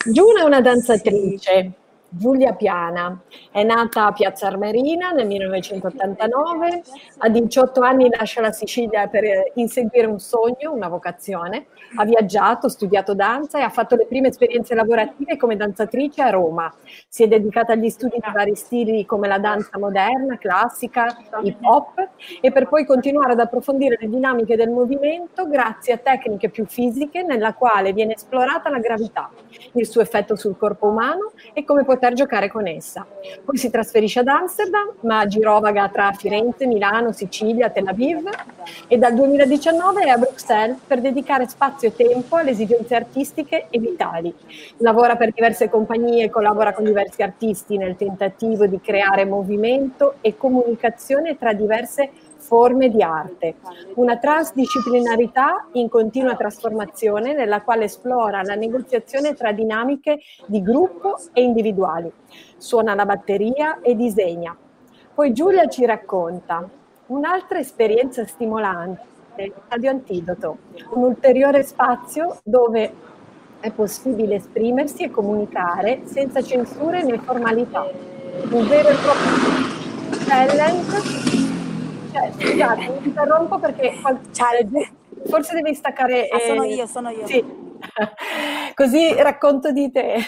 Giuna è una Sì. danzatrice, Giulia Piana. È nata a Piazza Armerina nel 1989, a 18 anni lascia la Sicilia per inseguire un sogno, una vocazione. Ha viaggiato, studiato danza e ha fatto le prime esperienze lavorative come danzatrice a Roma. Si è dedicata agli studi di vari stili come la danza moderna, classica, hip hop e per poi continuare ad approfondire le dinamiche del movimento grazie a tecniche più fisiche nella quale viene esplorata la gravità, il suo effetto sul corpo umano e come poter giocare con essa. Poi si trasferisce ad Amsterdam, ma girovaga tra Firenze, Milano, Sicilia, Tel Aviv e dal 2019 è a Bruxelles per dedicare spazio e tempo alle esigenze artistiche e vitali. Lavora per diverse compagnie e collabora con diversi artisti nel tentativo di creare movimento e comunicazione tra diverse forme di arte. Una transdisciplinarità in continua trasformazione nella quale esplora la negoziazione tra dinamiche di gruppo e individuali. Suona la batteria e disegna. Poi Giulia ci racconta un'altra esperienza stimolante, Radio Antidoto, un ulteriore spazio dove è possibile esprimersi e comunicare senza censure né formalità. Un vero e proprio challenge. Scusate, mi interrompo perché forse devi staccare. Sono io. Sì, così racconto di te.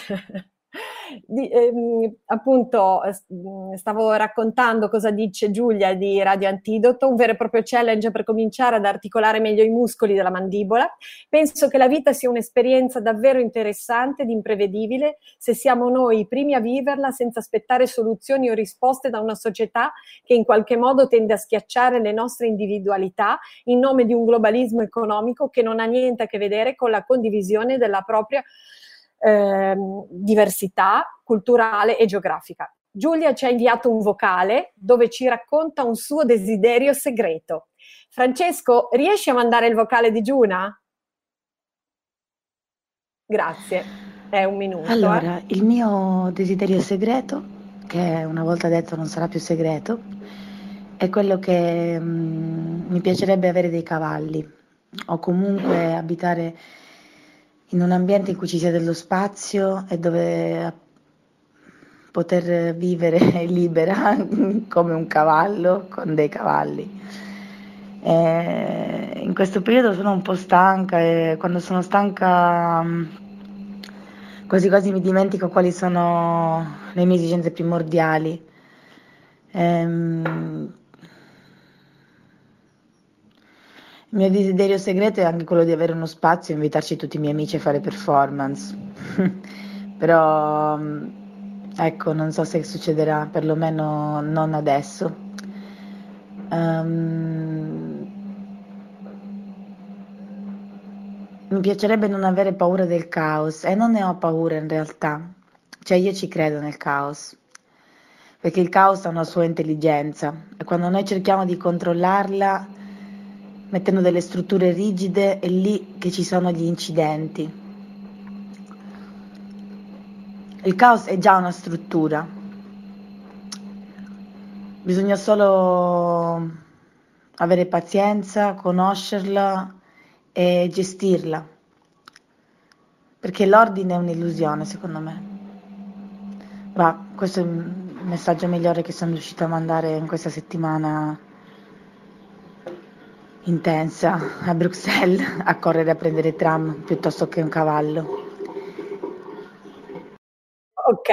Appunto, stavo raccontando cosa dice Giulia di Radio Antidoto, un vero e proprio challenge per cominciare ad articolare meglio i muscoli della mandibola. Penso che la vita sia un'esperienza davvero interessante ed imprevedibile se siamo noi i primi a viverla senza aspettare soluzioni o risposte da una società che in qualche modo tende a schiacciare le nostre individualità in nome di un globalismo economico che non ha niente a che vedere con la condivisione della propria diversità culturale e geografica. Giulia ci ha inviato un vocale dove ci racconta un suo desiderio segreto. Francesco, riesci a mandare il vocale di Giuna? Grazie, è un minuto. Allora, il mio desiderio segreto, che una volta detto non sarà più segreto, è quello che mi piacerebbe avere dei cavalli o comunque abitare in un ambiente in cui ci sia dello spazio e dove poter vivere libera come un cavallo con dei cavalli. In questo periodo sono un po' stanca e quando sono stanca quasi quasi mi dimentico quali sono le mie esigenze primordiali. Il mio desiderio segreto è anche quello di avere uno spazio e invitarci tutti i miei amici a fare performance. Però ecco, non so se succederà, perlomeno non adesso. Mi piacerebbe non avere paura del caos e non ne ho paura in realtà. Cioè io ci credo nel caos, perché il caos ha una sua intelligenza e quando noi cerchiamo di controllarla mettendo delle strutture rigide è lì che ci sono gli incidenti. Il caos è già una struttura, bisogna solo avere pazienza, conoscerla e gestirla, perché l'ordine è un'illusione secondo me. Ma questo è il messaggio migliore che sono riuscita a mandare in questa settimana intensa a Bruxelles a correre a prendere tram piuttosto che un cavallo. Ok,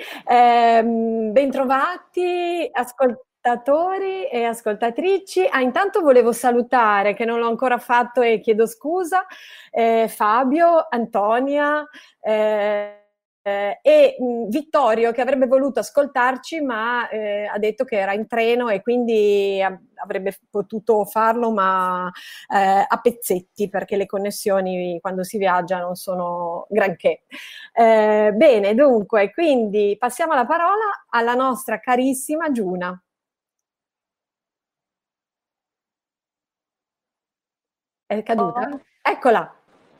bentrovati ascoltatori e ascoltatrici. Intanto volevo salutare, che non l'ho ancora fatto e chiedo scusa, Fabio, Antonia e Vittorio, che avrebbe voluto ascoltarci ma ha detto che era in treno e quindi avrebbe potuto farlo ma a pezzetti, perché le connessioni quando si viaggia non sono granché. Bene, dunque, quindi passiamo la parola alla nostra carissima Giuna. È caduta? Eccola.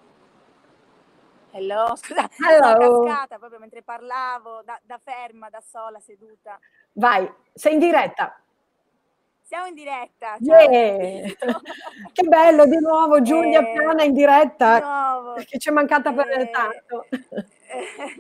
Hello, scusa, Hello. sono cascata proprio mentre parlavo, da ferma, da sola, seduta. Vai, sei in diretta. Siamo in diretta, ciao. Yeah. Che bello, di nuovo Giulia Piana in diretta, Di nuovo. che ci è mancata per tanto.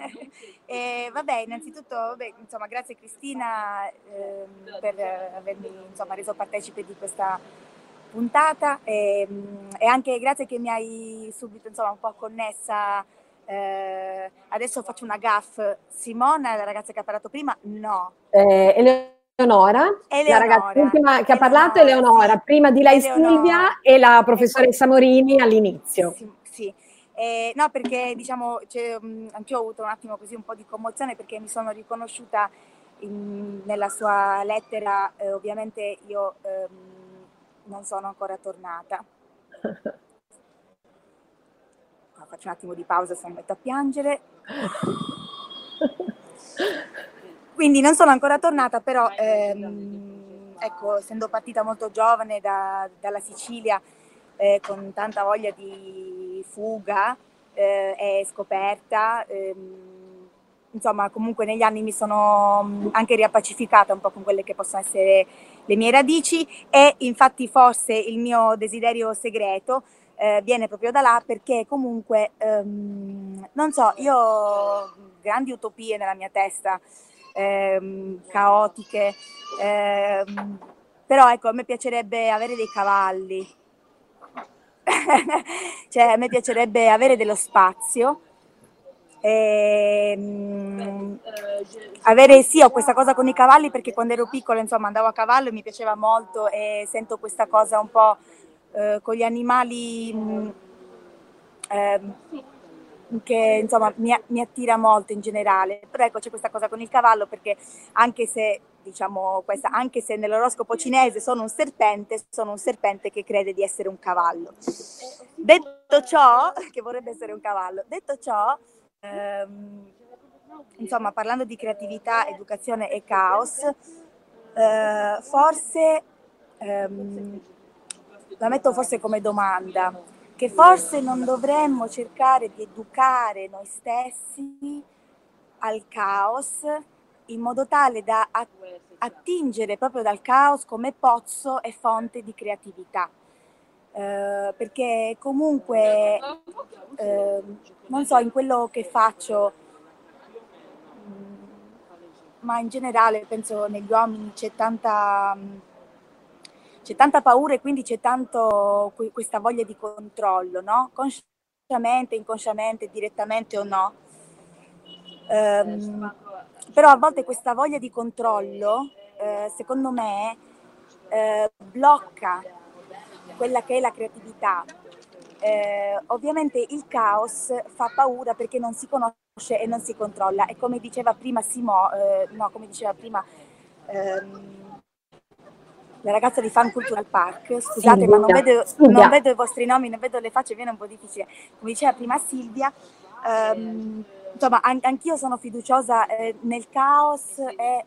Vabbè, innanzitutto, insomma, grazie Cristina per avermi, insomma, reso partecipe di questa puntata e anche grazie che mi hai subito, insomma, un po' connessa. Adesso faccio una gaffe. Simona, la ragazza che ha parlato prima, no. Eleonora, la ragazza ultima che ha parlato è Eleonora, sì. Prima di lei Silvia e la professoressa Morini all'inizio. Sì. No, perché diciamo, anch'io ho avuto un attimo così un po' di commozione perché mi sono riconosciuta nella sua lettera, ovviamente io non sono ancora tornata. Faccio un attimo di pausa se non metto a piangere. Quindi non sono ancora tornata, però ecco, essendo partita molto giovane dalla Sicilia, con tanta voglia di fuga e scoperta, insomma comunque negli anni mi sono anche riappacificata un po' con quelle che possono essere le mie radici e infatti forse il mio desiderio segreto viene proprio da là perché comunque, non so, io ho grandi utopie nella mia testa, caotiche, però ecco, a me piacerebbe avere dei cavalli, cioè a me piacerebbe avere dello spazio, avere sì, ho questa cosa con i cavalli perché quando ero piccola insomma andavo a cavallo e mi piaceva molto e sento questa cosa un po' con gli animali che insomma mi attira molto in generale, però ecco c'è questa cosa con il cavallo perché anche se diciamo questa, anche se nell'oroscopo cinese sono un serpente che crede di essere un cavallo. Detto ciò, che vorrebbe essere un cavallo, detto ciò, insomma parlando di creatività, educazione e caos, forse la metto forse come domanda, che forse non dovremmo cercare di educare noi stessi al caos in modo tale da attingere proprio dal caos come pozzo e fonte di creatività. Perché comunque, non so, in quello che faccio, ma in generale penso negli uomini c'è tanta paura e quindi c'è tanto questa voglia di controllo, no? Consciamente, inconsciamente, direttamente o no. Però a volte questa voglia di controllo, secondo me, blocca quella che è la creatività. Ovviamente il caos fa paura perché non si conosce e non si controlla. E come diceva prima la ragazza di Fan Cultural Park, scusate Silvia, ma non vedo i vostri nomi, non vedo le facce, viene un po' difficile. Come diceva prima Silvia, insomma anch'io sono fiduciosa nel caos e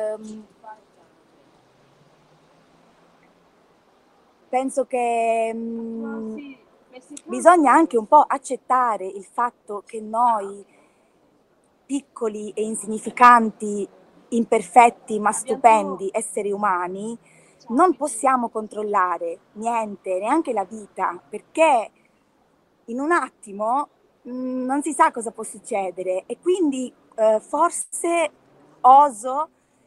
penso che bisogna anche un po' accettare il fatto che noi, piccoli e insignificanti, imperfetti ma stupendi esseri umani, non possiamo controllare niente, neanche la vita, perché in un attimo non si sa cosa può succedere e quindi forse oso,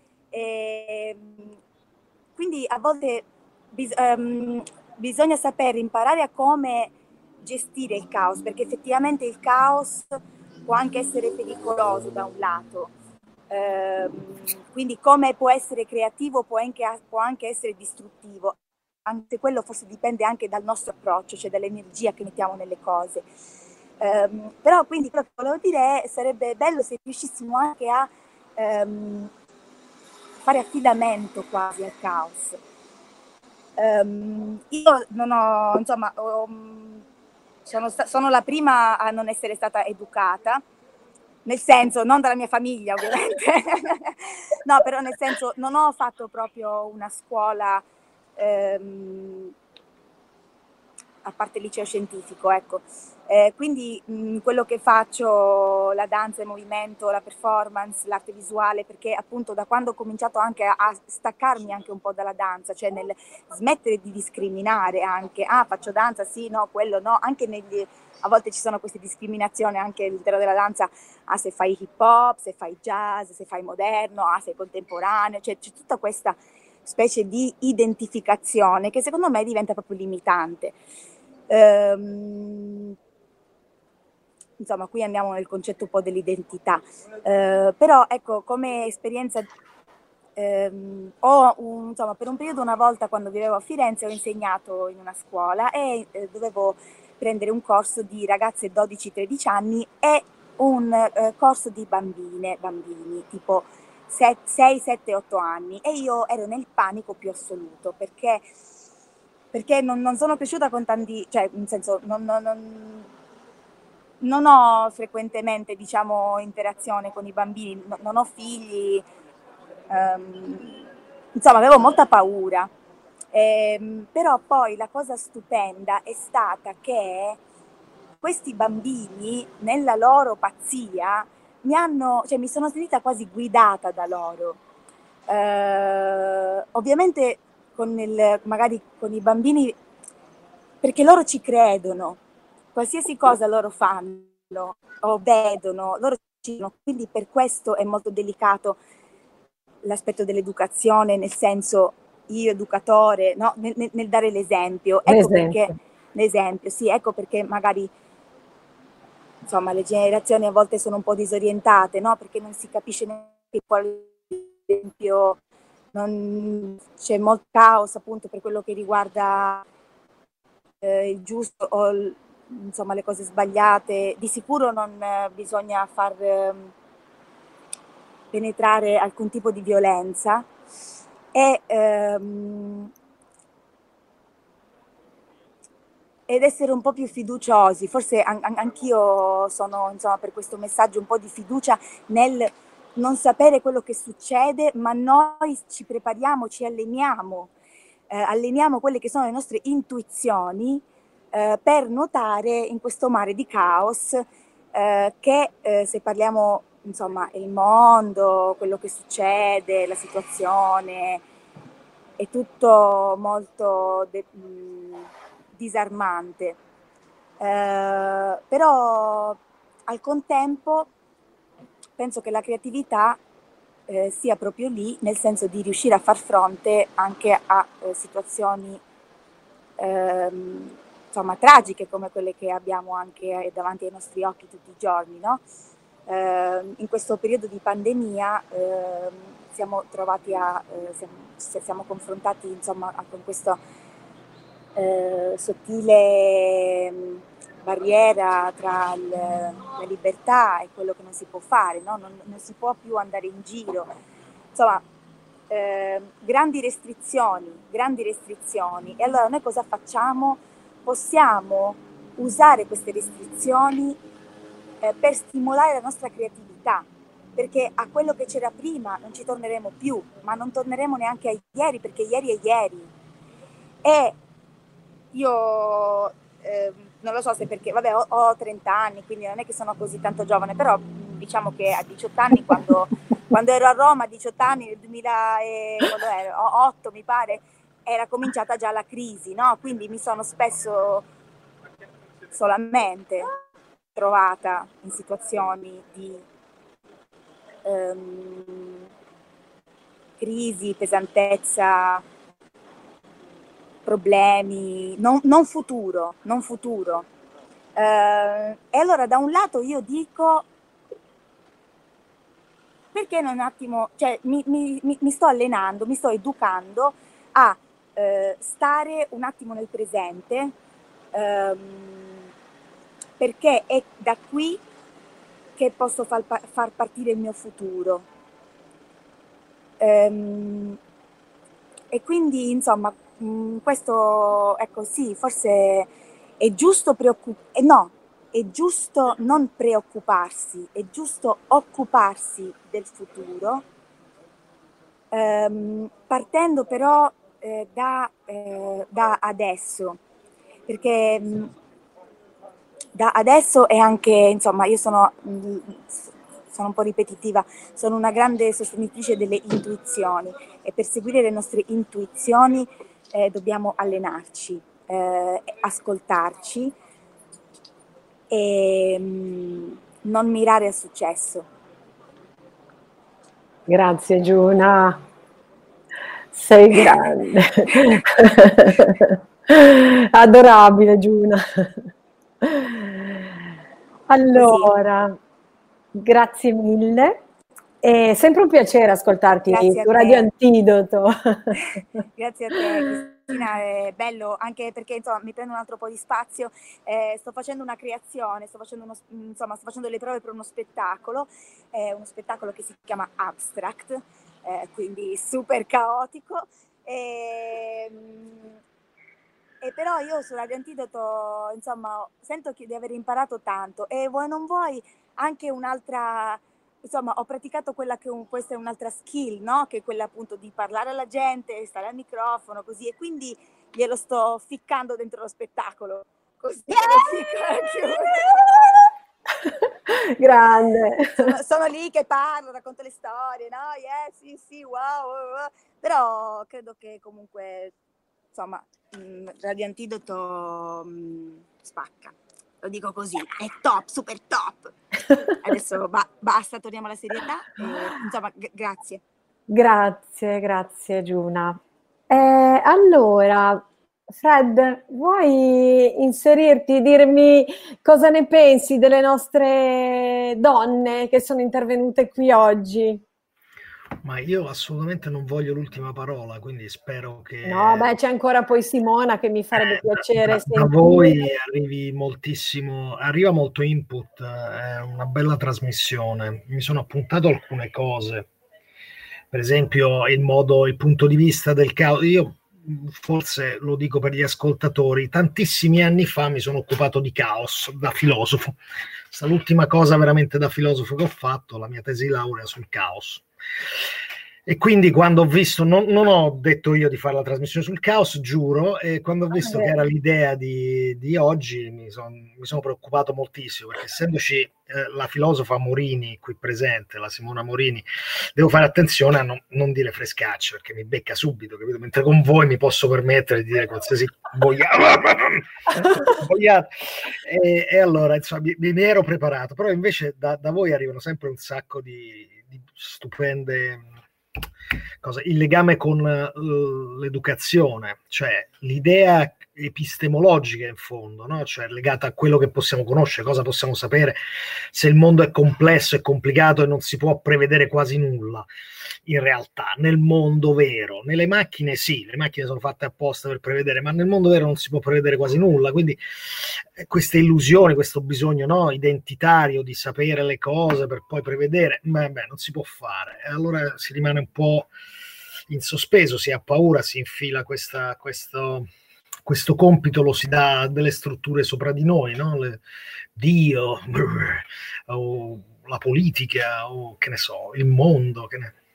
quindi a volte bisogna sapere imparare a come gestire il caos, perché effettivamente il caos può anche essere pericoloso da un lato. Quindi come può essere creativo può anche essere distruttivo, anche quello forse dipende anche dal nostro approccio, cioè dall'energia che mettiamo nelle cose. Però quindi quello che volevo dire è sarebbe bello se riuscissimo anche a fare affidamento quasi al caos. Io non ho, insomma, sono la prima a non essere stata educata, nel senso, non dalla mia famiglia ovviamente, no, però nel senso non ho fatto proprio una scuola a parte il liceo scientifico, ecco. Quindi quello che faccio, la danza, il movimento, la performance, l'arte visuale, perché appunto da quando ho cominciato anche a staccarmi anche un po' dalla danza, cioè nel smettere di discriminare anche, faccio danza, sì, no, quello no, anche a volte ci sono queste discriminazioni anche all'interno della danza, se fai hip hop, se fai jazz, se fai moderno, sei contemporaneo, cioè c'è tutta questa specie di identificazione che secondo me diventa proprio limitante. Insomma, qui andiamo nel concetto un po' dell'identità, però ecco, come esperienza insomma, per un periodo, una volta quando vivevo a Firenze, ho insegnato in una scuola e dovevo prendere un corso di ragazze 12-13 anni e un corso di bambini, tipo 6, 7, 8 anni, e io ero nel panico più assoluto perché non sono cresciuta con tanti, cioè nel senso non ho frequentemente, diciamo, interazione con i bambini, non ho figli, insomma avevo molta paura. Però poi la cosa stupenda è stata che questi bambini, nella loro pazzia, cioè mi sono sentita quasi guidata da loro. Ovviamente magari con i bambini, perché loro ci credono, qualsiasi cosa loro fanno o vedono, loro ci credono, quindi per questo è molto delicato l'aspetto dell'educazione, nel senso io educatore, no? nel dare l'esempio. Ecco perché l'esempio, sì, ecco perché magari insomma le generazioni a volte sono un po' disorientate, no? Perché non si capisce neanche quale esempio, c'è molto caos appunto per quello che riguarda il giusto o insomma le cose sbagliate. Di sicuro non bisogna far penetrare alcun tipo di violenza ed essere un po' più fiduciosi. Forse anch'io sono, insomma, per questo messaggio un po' di fiducia nel non sapere quello che succede, ma noi ci prepariamo, ci alleniamo quelle che sono le nostre intuizioni per nuotare in questo mare di caos che se parliamo, insomma, il mondo, quello che succede, la situazione, è tutto molto disarmante. Però al contempo penso che la creatività sia proprio lì, nel senso di riuscire a far fronte anche a situazioni insomma tragiche come quelle che abbiamo anche davanti ai nostri occhi tutti i giorni, no? In questo periodo di pandemia siamo confrontati, insomma, con questa sottile barriera tra la libertà e quello che non si può fare, no? Non si può più andare in giro, insomma grandi restrizioni, e allora noi cosa facciamo? Possiamo usare queste restrizioni per stimolare la nostra creatività, perché a quello che c'era prima non ci torneremo più, ma non torneremo neanche a ieri, perché ieri è ieri. E io non lo so se perché, vabbè, ho 30 anni, quindi non è che sono così tanto giovane, però diciamo che a 18 anni, quando ero a Roma, a 18 anni, nel 2008 mi pare, era cominciata già la crisi, no? Quindi mi sono spesso solamente trovata in situazioni di crisi, pesantezza, problemi, non futuro. E allora da un lato io dico, perché non un attimo, cioè mi sto allenando, mi sto educando a stare un attimo nel presente, perché è da qui che posso far partire il mio futuro. E quindi insomma questo, ecco, sì, forse è giusto è giusto non preoccuparsi, è giusto occuparsi del futuro, partendo però da adesso, perché da adesso è anche, insomma, io sono un po' ripetitiva, sono una grande sostenitrice delle intuizioni e per seguire le nostre intuizioni dobbiamo allenarci, ascoltarci e non mirare al successo. Grazie Giuna, sei grande. Adorabile Giuna. Allora, grazie mille. È sempre un piacere ascoltarti su Radio Antidoto. Grazie a te Cristina, è bello anche perché insomma, mi prendo un altro po' di spazio, sto facendo una creazione, sto facendo le prove per uno spettacolo che si chiama Abstract, quindi super caotico e però io su Radio Antidoto insomma sento di aver imparato tanto e vuoi non vuoi anche un'altra, insomma ho praticato quella che questa è un'altra skill, no? Che è quella appunto di parlare alla gente, stare al microfono così e quindi glielo sto ficcando dentro lo spettacolo così grande. Sono lì che parlo, racconto le storie, no? Sì, wow. Però credo che comunque insomma Radio Antidoto spacca, lo dico così, è top, super top. Adesso basta, torniamo alla serietà insomma grazie Giuna. Allora Fred, vuoi inserirti, dirmi cosa ne pensi delle nostre donne che sono intervenute qui oggi? Ma io assolutamente non voglio l'ultima parola, quindi spero che... No, c'è ancora poi Simona che mi farebbe piacere da voi arrivi moltissimo, arriva molto input, è una bella trasmissione. Mi sono appuntato alcune cose, per esempio il punto di vista del caos. Io forse lo dico per gli ascoltatori, tantissimi anni fa mi sono occupato di caos da filosofo. Questa è l'ultima cosa veramente da filosofo che ho fatto, la mia tesi di laurea sul caos. E quindi quando ho visto, non ho detto io di fare la trasmissione sul caos, giuro, e quando ho visto che era l'idea di oggi mi sono preoccupato moltissimo, perché essendoci la filosofa Morini qui presente, la Simona Morini, devo fare attenzione a non dire frescacce, perché mi becca subito, capito? Mentre con voi mi posso permettere di dire qualsiasi boiata. E allora insomma mi ero preparato, però invece da voi arrivano sempre un sacco di stupende cose. Il legame con l'educazione, cioè l'idea epistemologica in fondo, no? Cioè legata a quello che possiamo conoscere, cosa possiamo sapere, se il mondo è complesso, è complicato e non si può prevedere quasi nulla. In realtà nel mondo vero, nelle macchine sì, le macchine sono fatte apposta per prevedere, ma nel mondo vero non si può prevedere quasi nulla, quindi queste illusioni, questo bisogno, no, identitario di sapere le cose per poi prevedere, non si può fare. E allora si rimane un po' in sospeso, si ha paura, si infila questo compito, lo si dà delle strutture sopra di noi, no? Dio, o la politica, o che ne so, il mondo,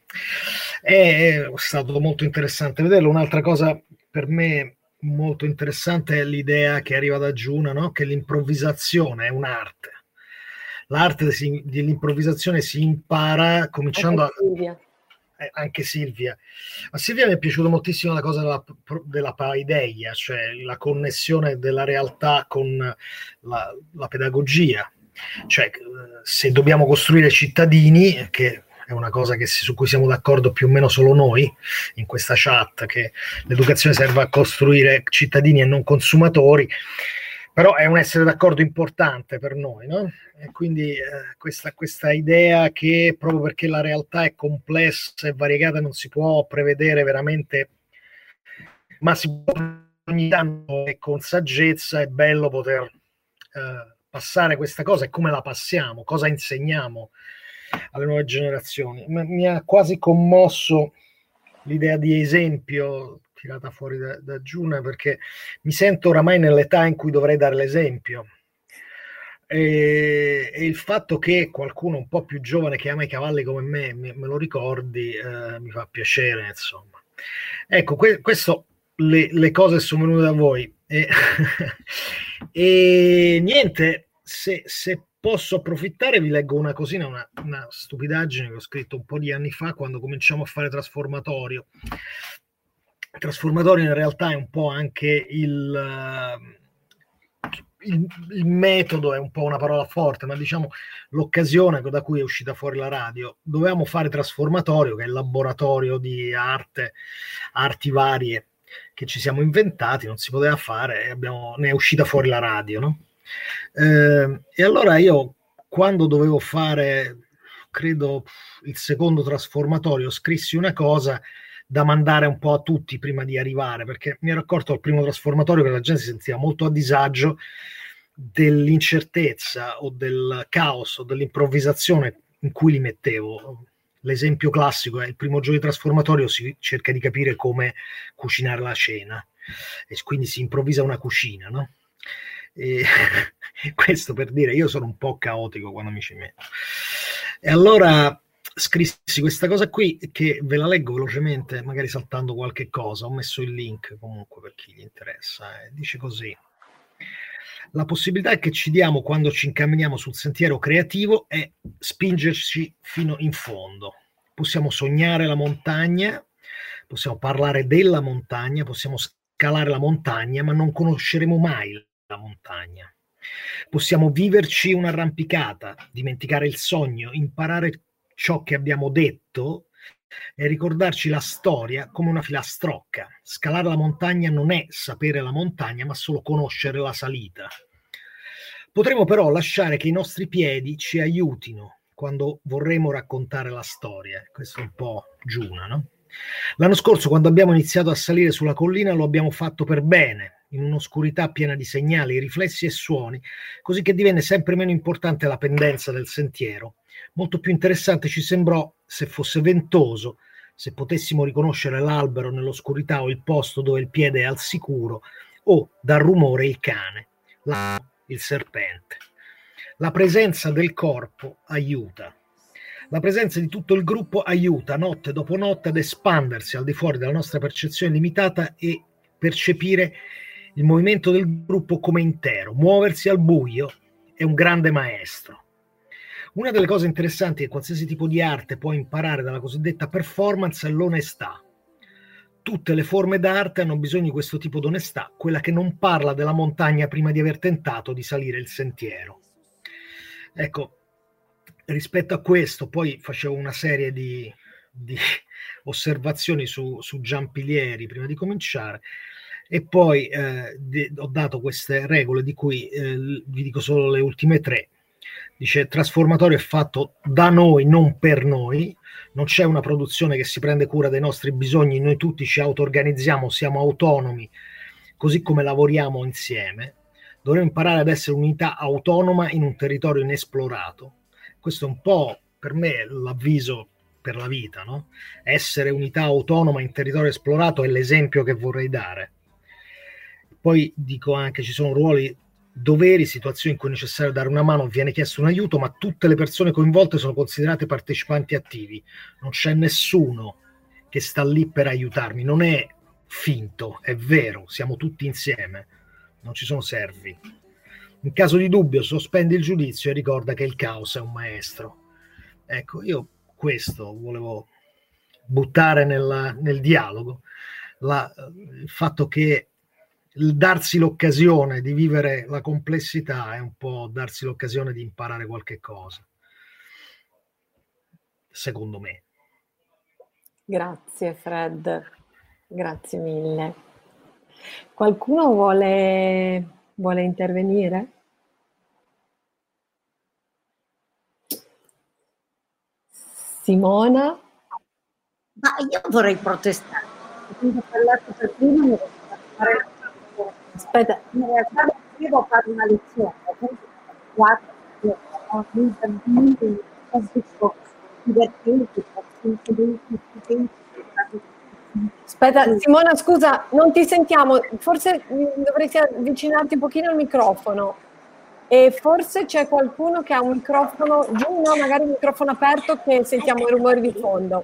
È stato molto interessante vederlo. Un'altra cosa per me molto interessante è l'idea che arriva da Giuna, no? Che l'improvvisazione è un'arte. L'arte dell'improvvisazione si impara cominciando anche Silvia. A Silvia mi è piaciuta moltissimo la cosa della paideia, cioè la connessione della realtà con la pedagogia. Cioè, se dobbiamo costruire cittadini, che è una cosa su cui siamo d'accordo più o meno solo noi in questa chat, che l'educazione serve a costruire cittadini e non consumatori, però è un essere d'accordo importante per noi, no? E quindi questa idea che proprio perché la realtà è complessa e variegata non si può prevedere veramente, ma si può ogni tanto e con saggezza. È bello poter passare questa cosa, e come la passiamo, cosa insegniamo alle nuove generazioni. Mi ha quasi commosso l'idea di esempio tirata fuori da Giuna, perché mi sento oramai nell'età in cui dovrei dare l'esempio, e il fatto che qualcuno un po' più giovane che ama i cavalli come me lo ricordi, mi fa piacere, insomma. Ecco, questo le cose sono venute da voi. E niente, se posso approfittare, vi leggo una cosina, una stupidaggine che ho scritto un po' di anni fa quando cominciamo a fare trasformatorio. Trasformatorio in realtà è un po' anche il metodo, è un po' una parola forte, ma diciamo l'occasione da cui è uscita fuori la radio. Dovevamo fare trasformatorio, che è il laboratorio di arti varie che ci siamo inventati, non si poteva fare, e ne è uscita fuori la radio, no? E allora io, quando dovevo fare, credo, il secondo trasformatorio, scrissi una cosa da mandare un po' a tutti prima di arrivare, perché mi ero accorto al primo trasformatorio che la gente si sentiva molto a disagio dell'incertezza o del caos o dell'improvvisazione in cui li mettevo. L'esempio classico è il primo giorno di trasformatorio, si cerca di capire come cucinare la cena e quindi si improvvisa una cucina, no? E questo per dire, io sono un po' caotico quando mi ci metto. E allora scrissi questa cosa qui, che ve la leggo velocemente, magari saltando qualche cosa. Ho messo il link comunque per chi gli interessa. Dice così: la possibilità che ci diamo quando ci incamminiamo sul sentiero creativo è spingerci fino in fondo. Possiamo sognare la montagna, possiamo parlare della montagna, possiamo scalare la montagna, ma non conosceremo mai la montagna. Possiamo viverci un'arrampicata, dimenticare il sogno, imparare ciò che abbiamo detto e ricordarci la storia come una filastrocca. Scalare la montagna non è sapere la montagna, ma solo conoscere la salita. Potremo però lasciare che i nostri piedi ci aiutino quando vorremmo raccontare la storia. Questo è un po' Giuna, no? L'anno scorso, quando abbiamo iniziato a salire sulla collina, lo abbiamo fatto per bene, in un'oscurità piena di segnali, riflessi e suoni, così che divenne sempre meno importante la pendenza del sentiero. Molto più interessante ci sembrò se fosse ventoso, se potessimo riconoscere l'albero nell'oscurità o il posto dove il piede è al sicuro, o dal rumore il cane, il serpente. La presenza del corpo aiuta. La presenza di tutto il gruppo aiuta notte dopo notte ad espandersi al di fuori della nostra percezione limitata e percepire il movimento del gruppo come intero. Muoversi al buio è un grande maestro. Una delle cose interessanti che qualsiasi tipo di arte può imparare dalla cosiddetta performance è l'onestà. Tutte le forme d'arte hanno bisogno di questo tipo di onestà, quella che non parla della montagna prima di aver tentato di salire il sentiero. Ecco, rispetto a questo, poi facevo una serie di osservazioni su Giampilieri prima di cominciare, e poi ho dato queste regole di cui vi dico solo le ultime tre. Dice: trasformatorio è fatto da noi, non per noi, non c'è una produzione che si prende cura dei nostri bisogni, noi tutti ci auto-organizziamo, siamo autonomi, così come lavoriamo insieme. Dovremmo imparare ad essere unità autonoma in un territorio inesplorato. Questo è un po' per me l'avviso per la vita, no? Essere unità autonoma in territorio esplorato è l'esempio che vorrei dare. Poi dico anche: ci sono ruoli, doveri, situazioni in cui è necessario dare una mano, viene chiesto un aiuto, ma tutte le persone coinvolte sono considerate partecipanti attivi. Non c'è nessuno che sta lì per aiutarmi, non è finto, è vero, siamo tutti insieme, non ci sono servi. In caso di dubbio sospendi il giudizio e ricorda che il caos è un maestro. Ecco, io questo volevo buttare nel dialogo, il fatto che darsi l'occasione di vivere la complessità è un po' darsi l'occasione di imparare qualche cosa, secondo me. Grazie Fred, grazie mille. Qualcuno vuole intervenire? Simona? Ma io vorrei protestare. Quando ho parlato per prima mi devo fare. Aspetta, in realtà non devo fare una lezione, aspetta, Simona, scusa, non ti sentiamo, forse dovresti avvicinarti un pochino al microfono e forse c'è qualcuno che ha un microfono giù, no? Magari un microfono aperto, che sentiamo i rumori di fondo,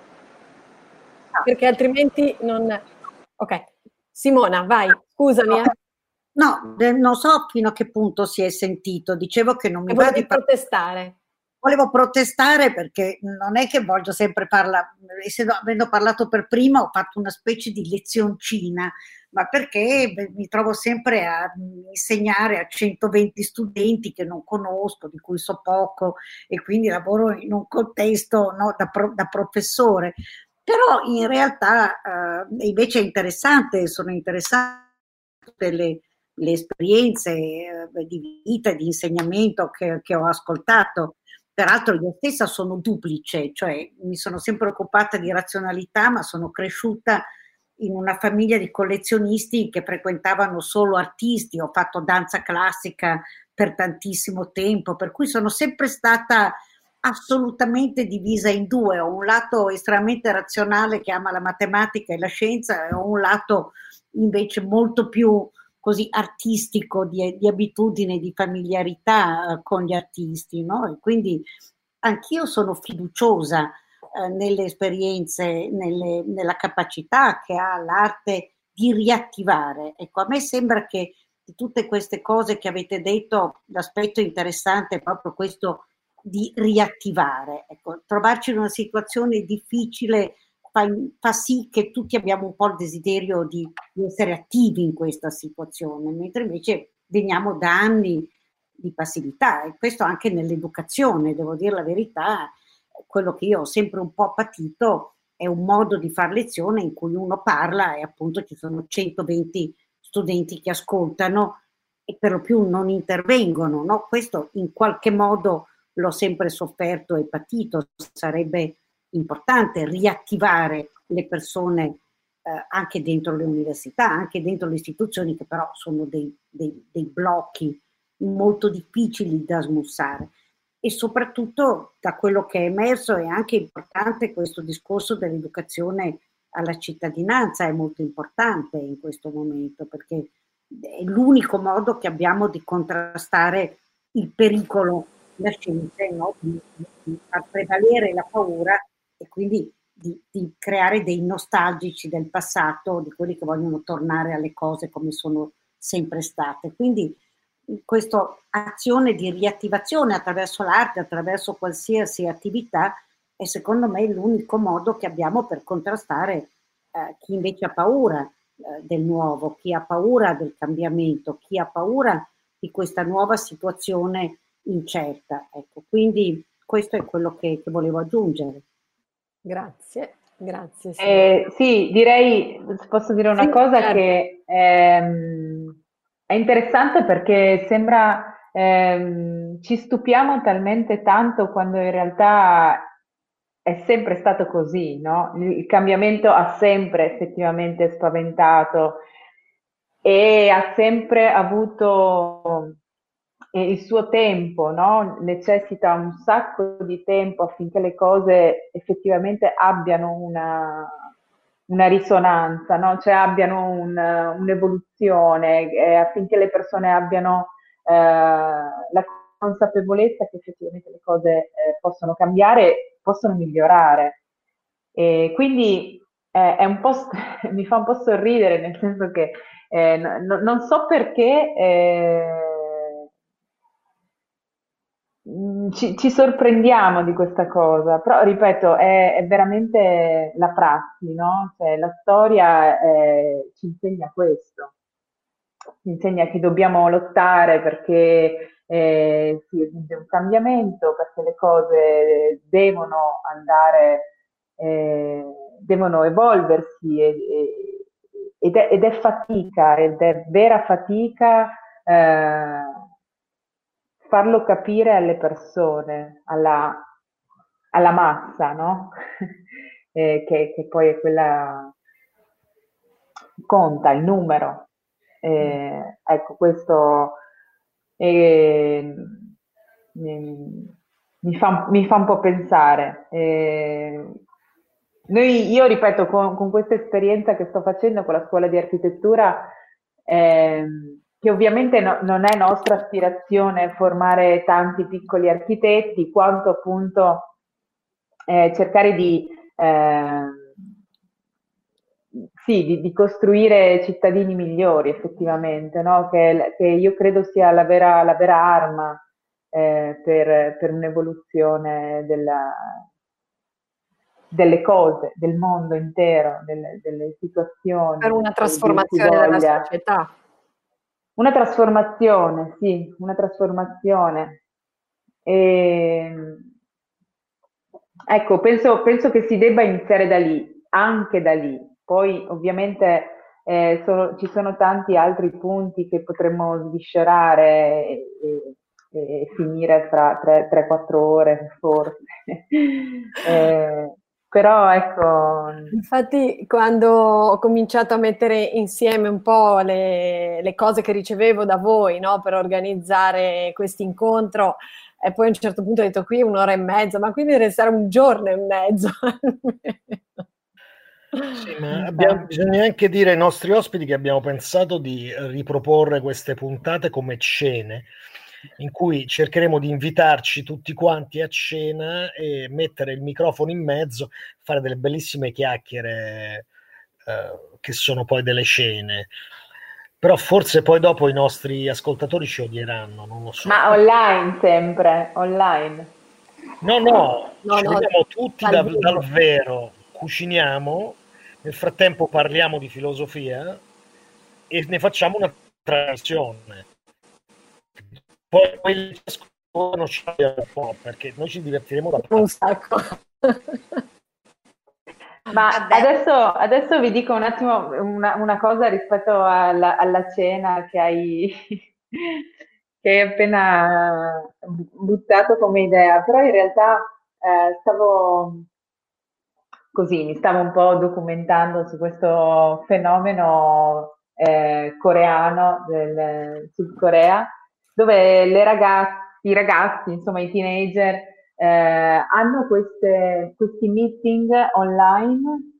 perché altrimenti non... Ok, Simona, vai, scusami. No, non so fino a che punto si è sentito. Dicevo che non mi va di protestare. Volevo protestare perché non è che voglio sempre parlare, avendo parlato per prima ho fatto una specie di lezioncina, ma perché mi trovo sempre a insegnare a 120 studenti che non conosco, di cui so poco, e quindi lavoro in un contesto, no, da professore. Però in realtà invece è interessante, sono interessanti tutte le esperienze di vita e di insegnamento che ho ascoltato. Peraltro io stessa sono duplice, cioè mi sono sempre occupata di razionalità, ma sono cresciuta in una famiglia di collezionisti che frequentavano solo artisti, ho fatto danza classica per tantissimo tempo, per cui sono sempre stata assolutamente divisa in due. Ho un lato estremamente razionale che ama la matematica e la scienza, e ho un lato invece molto più così artistico, di abitudine, di familiarità con gli artisti, no? E quindi anch'io sono fiduciosa nelle esperienze, nella capacità che ha l'arte di riattivare. Ecco, a me sembra che di tutte queste cose che avete detto, l'aspetto interessante è proprio questo di riattivare. Ecco, trovarci in una situazione difficile fa sì che tutti abbiamo un po' il desiderio di essere attivi in questa situazione, mentre invece veniamo da anni di passività, e questo anche nell'educazione, devo dire la verità, quello che io ho sempre un po' patito è un modo di fare lezione in cui uno parla e appunto ci sono 120 studenti che ascoltano e per lo più non intervengono, no? Questo in qualche modo l'ho sempre sofferto e patito. Sarebbe importante riattivare le persone anche dentro le università, anche dentro le istituzioni, che però sono dei blocchi molto difficili da smussare. E soprattutto da quello che è emerso è anche importante questo discorso dell'educazione alla cittadinanza, è molto importante in questo momento, perché è l'unico modo che abbiamo di contrastare il pericolo della scienza, no? Di far prevalere la paura e quindi di creare dei nostalgici del passato, di quelli che vogliono tornare alle cose come sono sempre state. Quindi questa azione di riattivazione attraverso l'arte, attraverso qualsiasi attività, è secondo me l'unico modo che abbiamo per contrastare chi invece ha paura del nuovo, chi ha paura del cambiamento, chi ha paura di questa nuova situazione incerta. Ecco, quindi questo è quello che volevo aggiungere. Grazie, grazie. Sì, direi, posso dire una cosa, certo, che è interessante perché sembra ci stupiamo talmente tanto quando in realtà è sempre stato così, no? Il cambiamento ha sempre effettivamente spaventato e ha sempre avuto il suo tempo, no? Necessita un sacco di tempo affinché le cose effettivamente abbiano una risonanza, no? Cioè abbiano un'evoluzione, affinché le persone abbiano la consapevolezza che effettivamente le cose possono cambiare, possono migliorare. E quindi è un po' mi fa un po' sorridere, nel senso che non so perché ci sorprendiamo di questa cosa, però ripeto, è veramente la prassi, no? Cioè, la storia ci insegna questo, ci insegna che dobbiamo lottare perché si esige un cambiamento, perché le cose devono andare, devono evolversi ed è fatica, ed è vera fatica farlo capire alle persone, alla massa, no? Che poi è quella conta, il numero. Ecco, questo mi fa un po' pensare. Io ripeto, con questa esperienza che sto facendo con la scuola di architettura, che ovviamente non è nostra aspirazione formare tanti piccoli architetti, quanto appunto cercare di di costruire cittadini migliori effettivamente, no? Che io credo sia la vera arma per un'evoluzione delle cose, del mondo intero, delle situazioni Per una di trasformazione della qualsivoglia. società. Una trasformazione, sì, una trasformazione. Ecco, penso che si debba iniziare da lì, anche da lì. Poi ovviamente ci sono tanti altri punti che potremmo sviscerare e finire fra 3-4 ore forse. Però ecco. Infatti, quando ho cominciato a mettere insieme un po' le cose che ricevevo da voi, no, per organizzare questo incontro, e poi a un certo punto ho detto qui 1 ora e mezza, ma qui mi deve stare 1 giorno e mezzo. Sì, ma bisogna anche dire ai nostri ospiti che abbiamo pensato di riproporre queste puntate come cene, in cui cercheremo di invitarci tutti quanti a cena e mettere il microfono in mezzo, fare delle bellissime chiacchiere che sono poi delle cene. Però forse poi dopo i nostri ascoltatori ci odieranno, non lo so. Ma online sempre, online. No, No, ci no, vediamo tutti dal dal vivo. vero, cuciniamo, nel frattempo parliamo di filosofia e ne facciamo una trasmissione. Poi quelli che ascoltano ci vogliono un po', perché noi ci divertiremo da Un sacco. Ma adesso vi dico un attimo una cosa rispetto alla cena che hai appena buttato come idea, però in realtà mi stavo un po' documentando su questo fenomeno coreano del Sud Corea, dove i ragazzi, insomma i teenager, hanno questi meeting online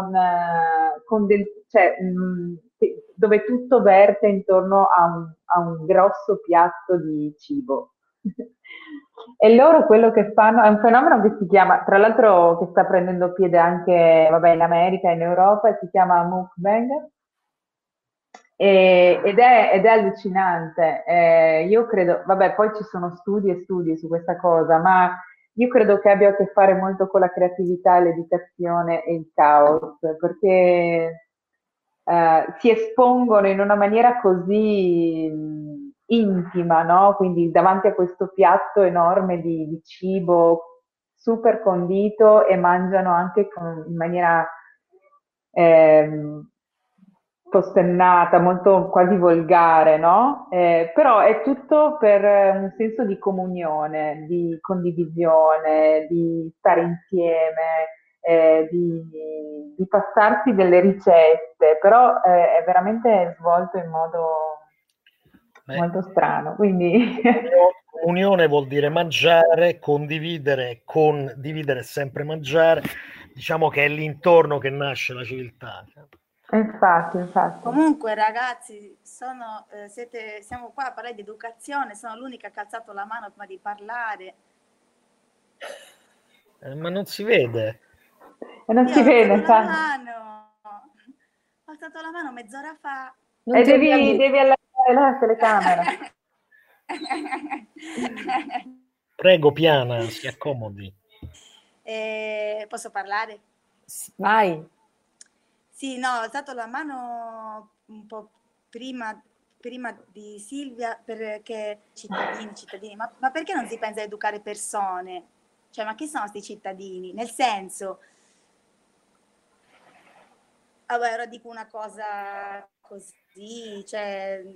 dove tutto verte intorno a un grosso piatto di cibo. E loro quello che fanno è un fenomeno che si chiama, tra l'altro che sta prendendo piede anche, vabbè, in America e in Europa, e si chiama mukbang. Ed è allucinante. Io credo, vabbè, poi ci sono studi e studi su questa cosa, ma io credo che abbia a che fare molto con la creatività, l'educazione e il caos, perché si espongono in una maniera così intima, no? Quindi davanti a questo piatto enorme di cibo super condito e mangiano anche in maniera costennata, molto quasi volgare, no? Però è tutto per un senso di comunione, di condivisione, di stare insieme, di passarsi delle ricette, però è veramente svolto in modo molto strano. Quindi Comunione vuol dire mangiare, condividere è sempre mangiare. Diciamo che è l'intorno che nasce la civiltà. Infatti. Comunque ragazzi, siamo qua a parlare di educazione, sono l'unica che ha alzato la mano prima di parlare. Ma non si vede. Non si vede, Ho alzato la mano mezz'ora fa. E devi allargare la telecamera. Prego, Piana, si accomodi. Posso parlare? Vai. Sì, no, ho alzato la mano un po' prima di Silvia perché cittadini, ma perché non si pensa a educare persone? Cioè, ma chi sono questi cittadini? Nel senso, vabbè, ora dico una cosa così, cioè,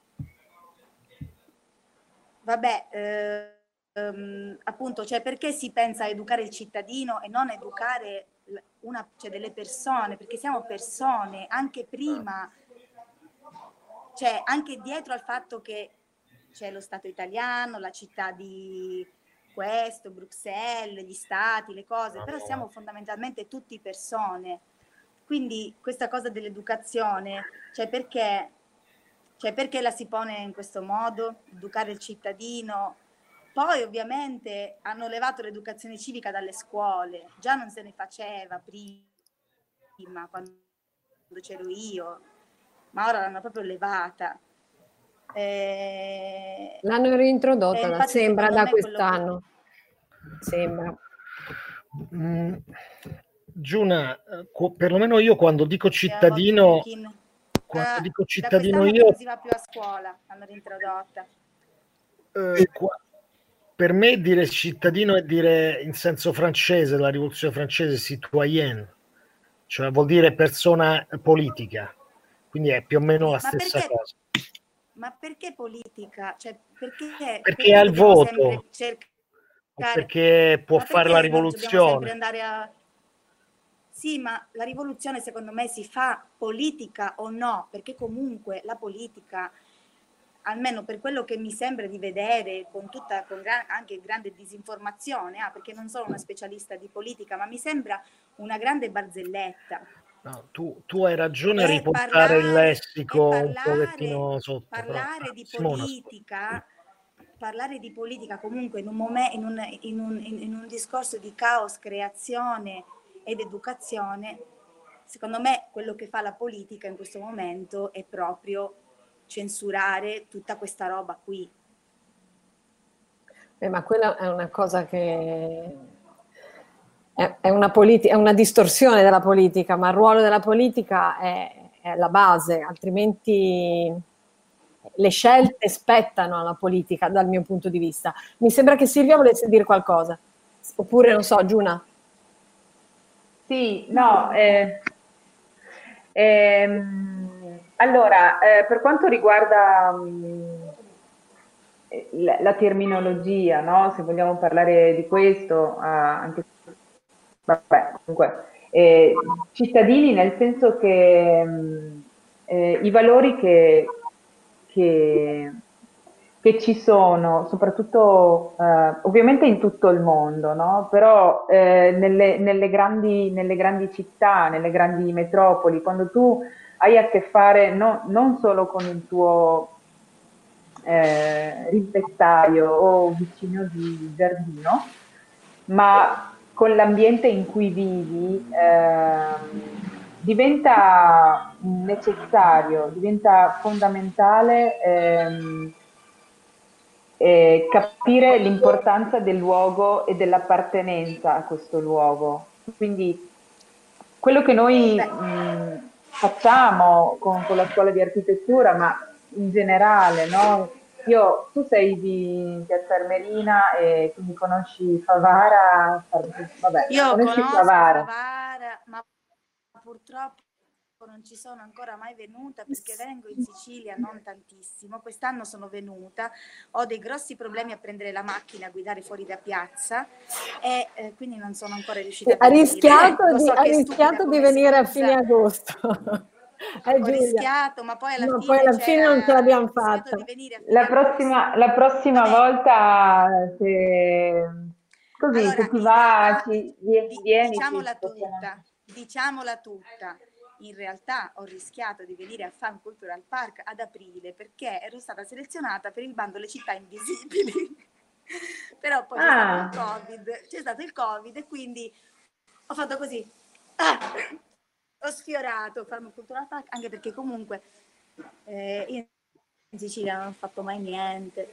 vabbè, appunto, cioè, perché si pensa a educare il cittadino e non educare cioè delle persone, perché siamo persone, anche prima, cioè anche dietro al fatto che c'è lo Stato italiano, la città di questo, Bruxelles, gli stati, le cose, però siamo fondamentalmente tutti persone. Quindi questa cosa dell'educazione, cioè perché la si pone in questo modo, educare il cittadino? Poi ovviamente hanno levato l'educazione civica dalle scuole, già non se ne faceva prima, quando c'ero io, ma ora l'hanno proprio levata. L'hanno reintrodotta, infatti, sembra, secondo da me quest'anno. Sembra. Giuna, perlomeno io quando dico cittadino, da cittadino quest'anno io, che non si va più a scuola, l'hanno reintrodotta. Per me dire cittadino è dire in senso francese, la rivoluzione francese, citoyen, cioè vuol dire persona politica, quindi è più o meno la stessa cosa. Ma perché politica? Cioè, perché ha il voto, cercare... perché può fare la dobbiamo rivoluzione. sempre andare a... Sì, ma la rivoluzione secondo me si fa politica o no? Perché comunque la politica, almeno per quello che mi sembra di vedere, anche grande disinformazione, perché non sono una specialista di politica, ma mi sembra una grande barzelletta. No, tu hai ragione a riportare il lessico un pochettino sotto. Parlare di politica comunque in un discorso di caos, creazione ed educazione, secondo me quello che fa la politica in questo momento è proprio censurare tutta questa roba qui. Ma quella è una cosa che è una distorsione della politica, ma il ruolo della politica è la base, altrimenti le scelte spettano alla politica dal mio punto di vista. Mi sembra che Silvia volesse dire qualcosa, oppure non so, Giuna. Sì, no, allora, per quanto riguarda la terminologia, no? Se vogliamo parlare di questo, anche vabbè, comunque, cittadini nel senso che i valori che ci sono, soprattutto ovviamente in tutto il mondo, no? Però nelle grandi città, nelle grandi metropoli, quando tu hai a che fare non solo con il tuo rimpettaio o vicino di giardino, ma con l'ambiente in cui vivi, diventa necessario, diventa fondamentale capire l'importanza del luogo e dell'appartenenza a questo luogo. Quindi quello che noi facciamo con la scuola di architettura, ma in generale, no? Tu sei di Piazza Armerina e quindi conosci Favara, vabbè, Io conosci conosco Favara, ma purtroppo non ci sono ancora mai venuta perché vengo in Sicilia non tantissimo. Quest'anno sono venuta, ho dei grossi problemi a prendere la macchina, a guidare fuori da piazza e quindi non sono ancora riuscita a venire. Ha rischiato di venire a fine agosto. Ho rischiato, ma poi alla fine non ce l'abbiamo fatta. La prossima volta, se ti va, vieni. Diciamola tutta. In realtà ho rischiato di venire a Fan Cultural Park ad aprile perché ero stata selezionata per il bando Le Città Invisibili. Però poi c'è stato il Covid e quindi ho fatto così. Ho sfiorato Fan Cultural Park anche perché comunque io in Sicilia non ho fatto mai niente.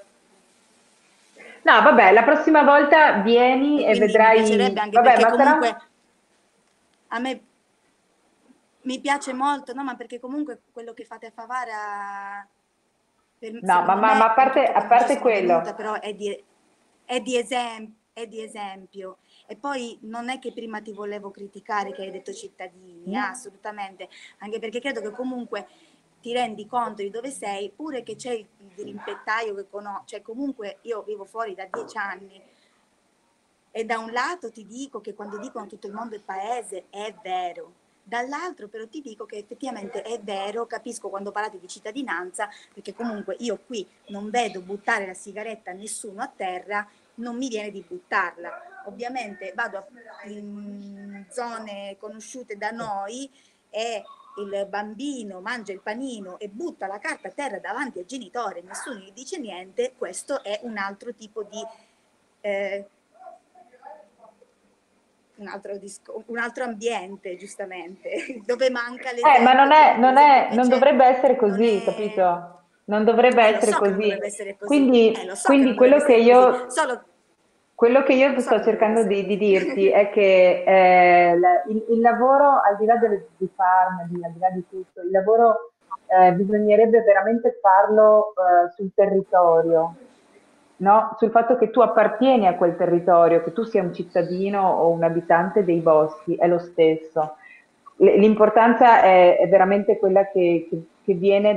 No, vabbè, la prossima volta vieni e vedrai. Mi piacerebbe anche perché comunque a me mi piace molto, no? Ma perché comunque quello che fate a Favara no, ma a parte quello venuta, però è di esempio. E poi non è che prima ti volevo criticare che hai detto cittadini, assolutamente, anche perché credo che comunque ti rendi conto di dove sei, pure che c'è il dirimpettaio che conosco, cioè comunque io vivo fuori da 10 anni e da un lato ti dico che quando dicono tutto il mondo è paese è vero, dall'altro però ti dico che effettivamente è vero, capisco quando parlate di cittadinanza, perché comunque io qui non vedo buttare la sigaretta a nessuno a terra, non mi viene di buttarla. Ovviamente vado in zone conosciute da noi e il bambino mangia il panino e butta la carta a terra davanti ai genitori, nessuno gli dice niente, questo è un altro tipo di un altro ambiente, giustamente, dove manca Ma non invece dovrebbe essere non così, è... capito? Non dovrebbe Lo essere so che non così. dovrebbe essere così, Quindi, lo so che quindi non dovrebbe quello che essere così, io, solo quello che io lo so sto che non dovrebbe cercando essere di così. dirti è che il lavoro, al di là di farmaci, al di là di tutto, il lavoro bisognerebbe veramente farlo sul territorio, no? Sul fatto che tu appartieni a quel territorio, che tu sia un cittadino o un abitante dei boschi, è lo stesso. L'importanza è veramente quella che viene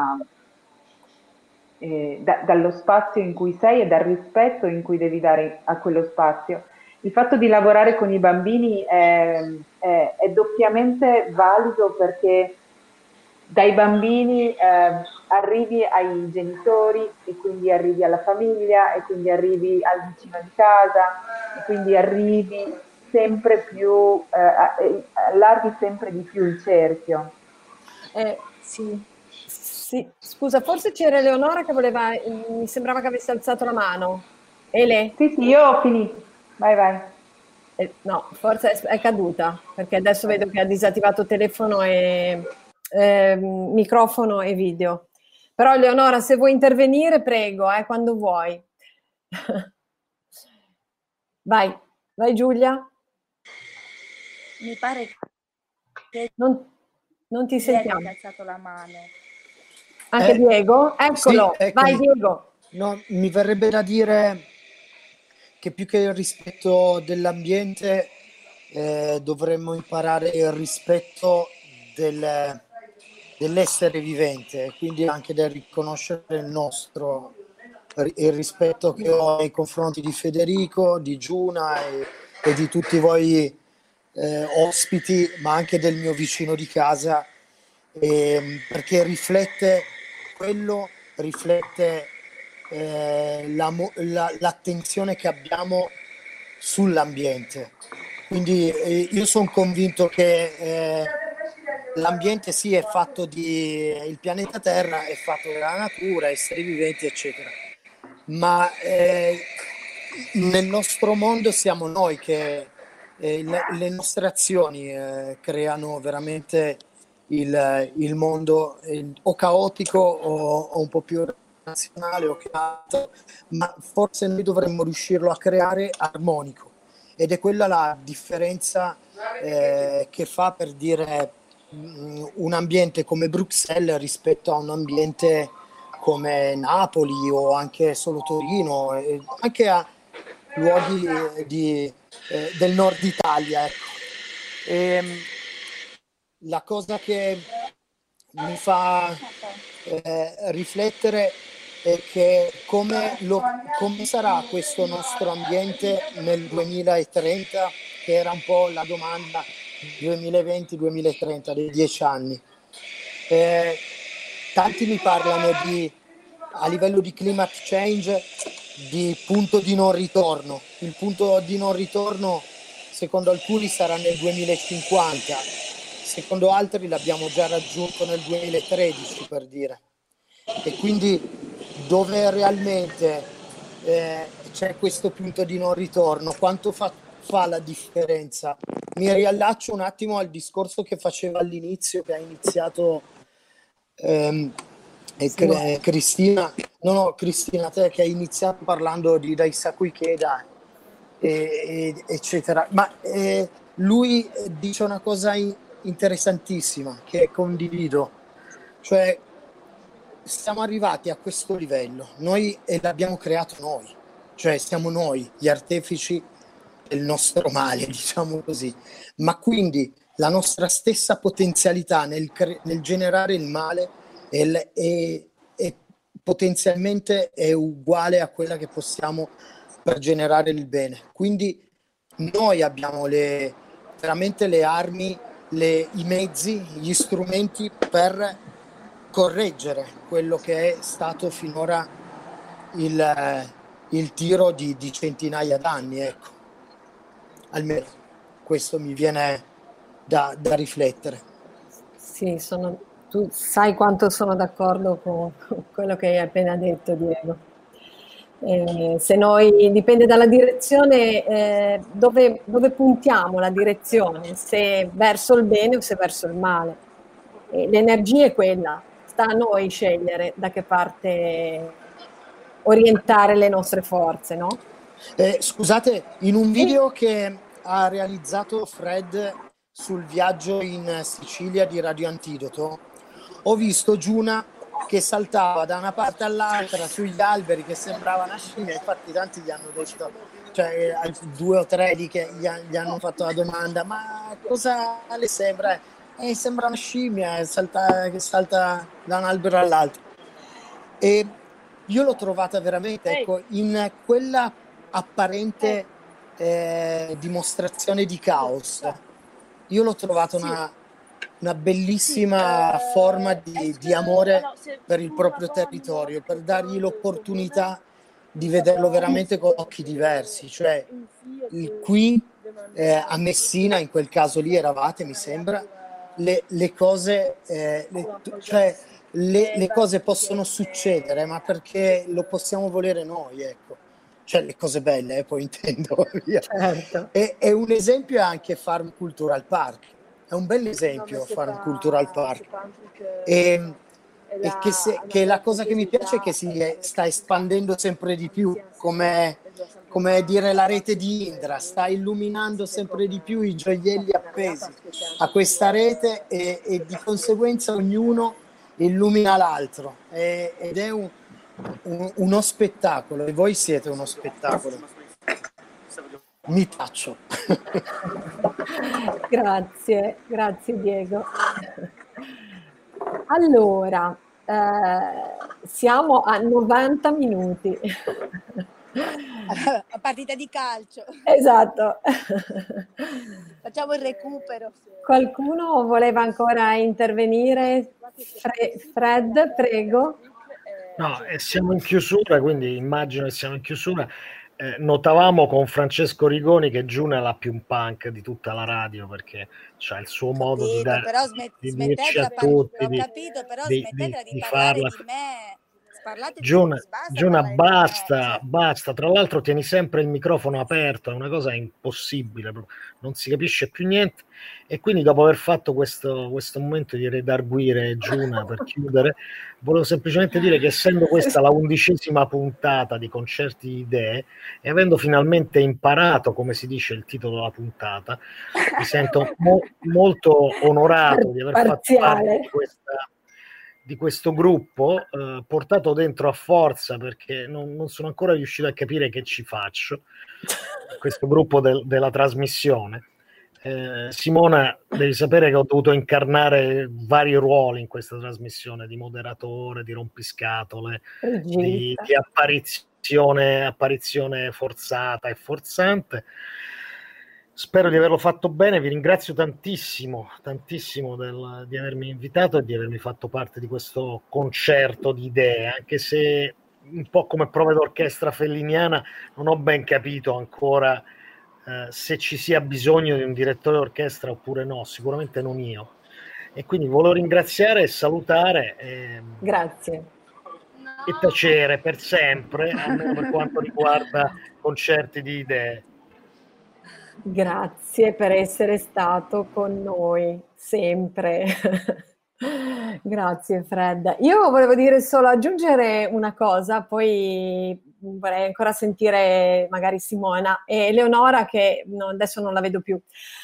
dallo spazio in cui sei e dal rispetto in cui devi dare a quello spazio. Il fatto di lavorare con i bambini è doppiamente valido perché dai bambini arrivi ai genitori e quindi arrivi alla famiglia e quindi arrivi al vicino di casa e quindi arrivi sempre più, allarghi sempre di più il cerchio. Sì. Sì, scusa, forse c'era Eleonora che voleva, mi sembrava che avesse alzato la mano. Ele? Sì, sì, io ho finito. Vai, vai. No, forse è caduta, perché adesso vedo che ha disattivato telefono e microfono e video. Però Eleonora, se vuoi intervenire, prego, quando vuoi. Vai, vai Giulia. Mi pare che Non ti Diego che sentiamo. ha alzato la mano. Anche Diego? Eccolo, Sì, vai eccomi. Diego. No, mi verrebbe da dire che più che il rispetto dell'ambiente dovremmo imparare il rispetto dell'essere vivente, quindi anche del riconoscere il rispetto che ho nei confronti di Federico, di Giuna e di tutti voi ospiti, ma anche del mio vicino di casa, perché riflette l'attenzione che abbiamo sull'ambiente. Quindi io sono convinto che l'ambiente sì è fatto il pianeta Terra è fatto dalla natura, esseri viventi, eccetera. Ma nel nostro mondo siamo noi che le nostre azioni creano veramente il mondo o caotico o un po' più razionale o creato, ma forse noi dovremmo riuscirlo a creare armonico. Ed è quella la differenza che fa, per dire, un ambiente come Bruxelles rispetto a un ambiente come Napoli o anche solo Torino, anche a luoghi del nord Italia. Ecco. La cosa che mi fa riflettere è che come sarà questo nostro ambiente nel 2030, che era un po' la domanda 2020-2030 dei 10 anni. Tanti mi parlano a livello di climate change di punto di non ritorno. Il punto di non ritorno secondo alcuni sarà nel 2050, secondo altri l'abbiamo già raggiunto nel 2013, per dire. E quindi dove realmente c'è questo punto di non ritorno, quanto fa la differenza? Mi riallaccio un attimo al discorso che faceva all'inizio, che ha iniziato Cristina, Cristina, te che hai iniziato parlando di Daisaku Ikeda, eccetera. Ma lui dice una cosa interessantissima che condivido, cioè siamo arrivati a questo livello noi e l'abbiamo creato noi, cioè siamo noi gli artefici del nostro male, diciamo così, ma quindi la nostra stessa potenzialità nel generare il male è potenzialmente è uguale a quella che possiamo per generare il bene. Quindi noi abbiamo veramente le armi, i mezzi, gli strumenti per correggere quello che è stato finora il tiro di centinaia d'anni, ecco. Almeno questo mi viene da riflettere. Sì, tu sai quanto sono d'accordo con quello che hai appena detto, Diego. Se noi dipende dalla direzione, dove puntiamo la direzione, se verso il bene o se verso il male. L'energia è quella, sta a noi scegliere da che parte orientare le nostre forze, no? Scusate, in un video che ha realizzato Fred sul viaggio in Sicilia di Radio Antidoto, ho visto Giuna che saltava da una parte all'altra sugli alberi, che sembrava una scimmia. Infatti tanti gli hanno detto, cioè 2 o 3 che gli hanno fatto la domanda: ma cosa le sembra? Sembra una scimmia che salta da un albero all'altro. E io l'ho trovata veramente, ecco, in quella apparente dimostrazione di caos, io l'ho trovata una bellissima forma di amore per il proprio territorio, per dargli l'opportunità di vederlo veramente con occhi diversi. Cioè, qui a Messina, in quel caso lì eravate, mi sembra, le cose, le cose possono succedere, ma perché lo possiamo volere noi, ecco. Cioè le cose belle, poi intendo. Certo. E un esempio è anche Farm Cultural Park. È un bel esempio Farm Cultural Park. E che la cosa che mi piace è che si sta espandendo sempre di più, come dire la rete di Indra, sta illuminando sempre di più i gioielli appesi a questa rete e di conseguenza ognuno illumina l'altro ed è uno spettacolo, e voi siete uno spettacolo. Mi taccio. Grazie Diego. Allora, siamo a 90 minuti. A partita di calcio. Esatto. Facciamo il recupero. Qualcuno voleva ancora intervenire? Fred, prego. No, siamo in chiusura, quindi immagino che siamo in chiusura. Notavamo con Francesco Rigoni che Giuna è la più punk di tutta la radio, perché c'ha il suo modo di dare, però di dirci a tutti, capito, però smettetela di parlare farla. di me. Giuna, basta. Tra l'altro tieni sempre il microfono aperto, è una cosa impossibile, non si capisce più niente. E quindi, dopo aver fatto questo momento di redarguire Giuna per chiudere, volevo semplicemente dire che, essendo questa la 11ª puntata di Concerti di Idee e avendo finalmente imparato come si dice il titolo della puntata, mi sento molto onorato di aver fatto parte di questo gruppo, portato dentro a forza, perché non sono ancora riuscito a capire che ci faccio, questo gruppo della trasmissione. Simona, devi sapere che ho dovuto incarnare vari ruoli in questa trasmissione, di moderatore, di rompiscatole, di apparizione forzata e forzante. Spero di averlo fatto bene, vi ringrazio tantissimo di avermi invitato e di avermi fatto parte di questo concerto di idee, anche se un po' come prove d'orchestra felliniana non ho ben capito ancora se ci sia bisogno di un direttore d'orchestra oppure no, sicuramente non io. E quindi volevo ringraziare e salutare. Grazie. E tacere per sempre, almeno per quanto riguarda Concerti di Idee. Grazie per essere stato con noi sempre. Grazie Fred. Io volevo aggiungere una cosa, poi vorrei ancora sentire magari Simona e Leonora, che adesso non la vedo più.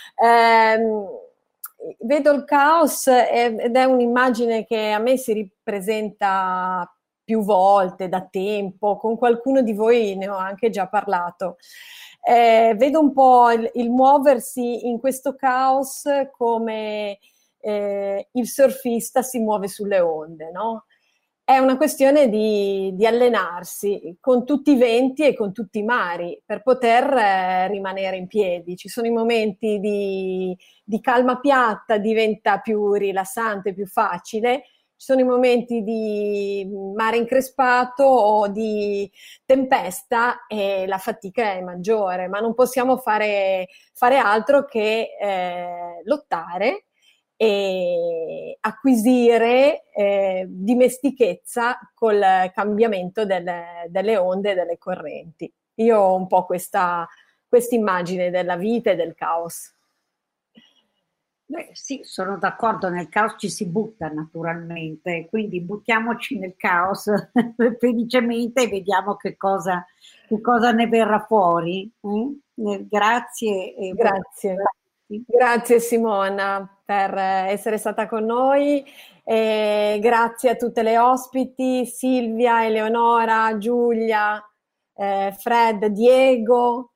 Vedo il caos ed è un'immagine che a me si ripresenta più volte da tempo, con qualcuno di voi ne ho anche già parlato. Vedo un po' il muoversi in questo caos come il surfista si muove sulle onde, no? È una questione di allenarsi con tutti i venti e con tutti i mari per poter rimanere in piedi. Ci sono i momenti di calma piatta, diventa più rilassante, più facile. Ci sono i momenti di mare increspato o di tempesta e la fatica è maggiore, ma non possiamo fare altro che lottare e acquisire dimestichezza col cambiamento delle onde e delle correnti. Io ho un po' questa immagine della vita e del caos. Beh, sì, sono d'accordo, nel caos ci si butta naturalmente, quindi buttiamoci nel caos felicemente e vediamo che cosa ne verrà fuori. Grazie. Grazie Simona per essere stata con noi, grazie a tutte le ospiti, Silvia, Eleonora, Giulia, Fred, Diego.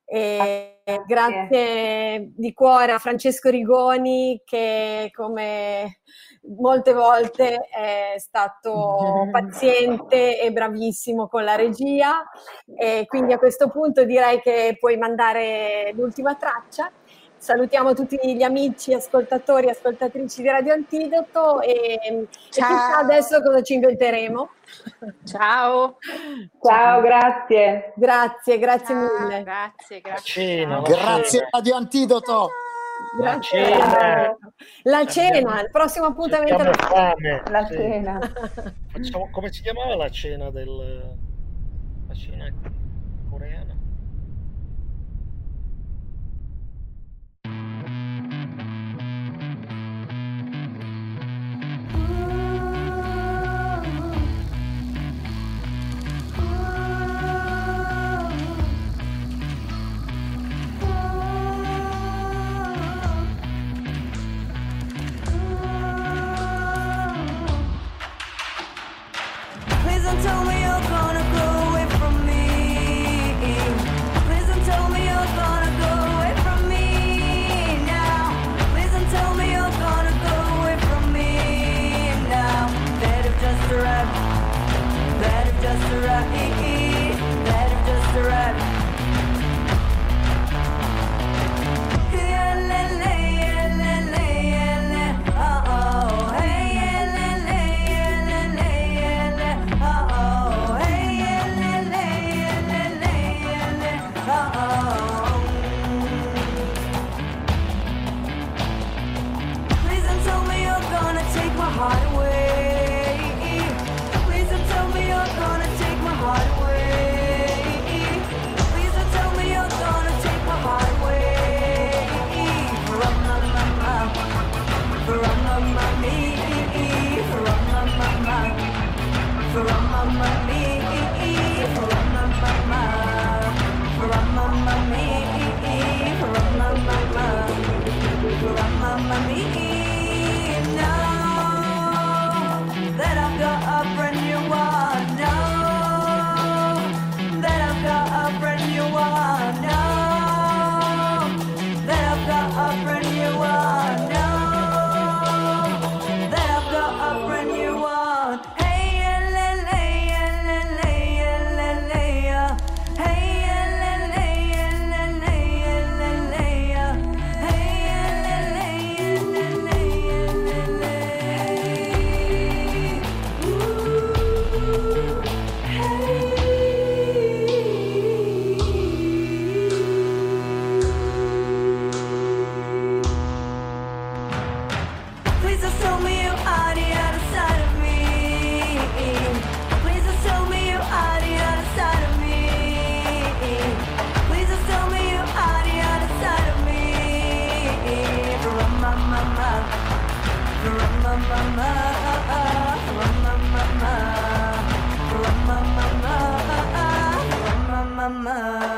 Grazie di cuore a Francesco Rigoni, che come molte volte è stato paziente e bravissimo con la regia, e quindi a questo punto direi che puoi mandare l'ultima traccia. Salutiamo tutti gli amici, ascoltatori e ascoltatrici di Radio Antidoto e chissà adesso cosa ci inventeremo. Ciao, grazie. Grazie mille. Grazie. Grazie Radio Antidoto. La cena, il prossimo appuntamento. La cena. Facciamo, come si chiamava la cena la cena coreana?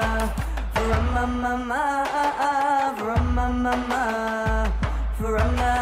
From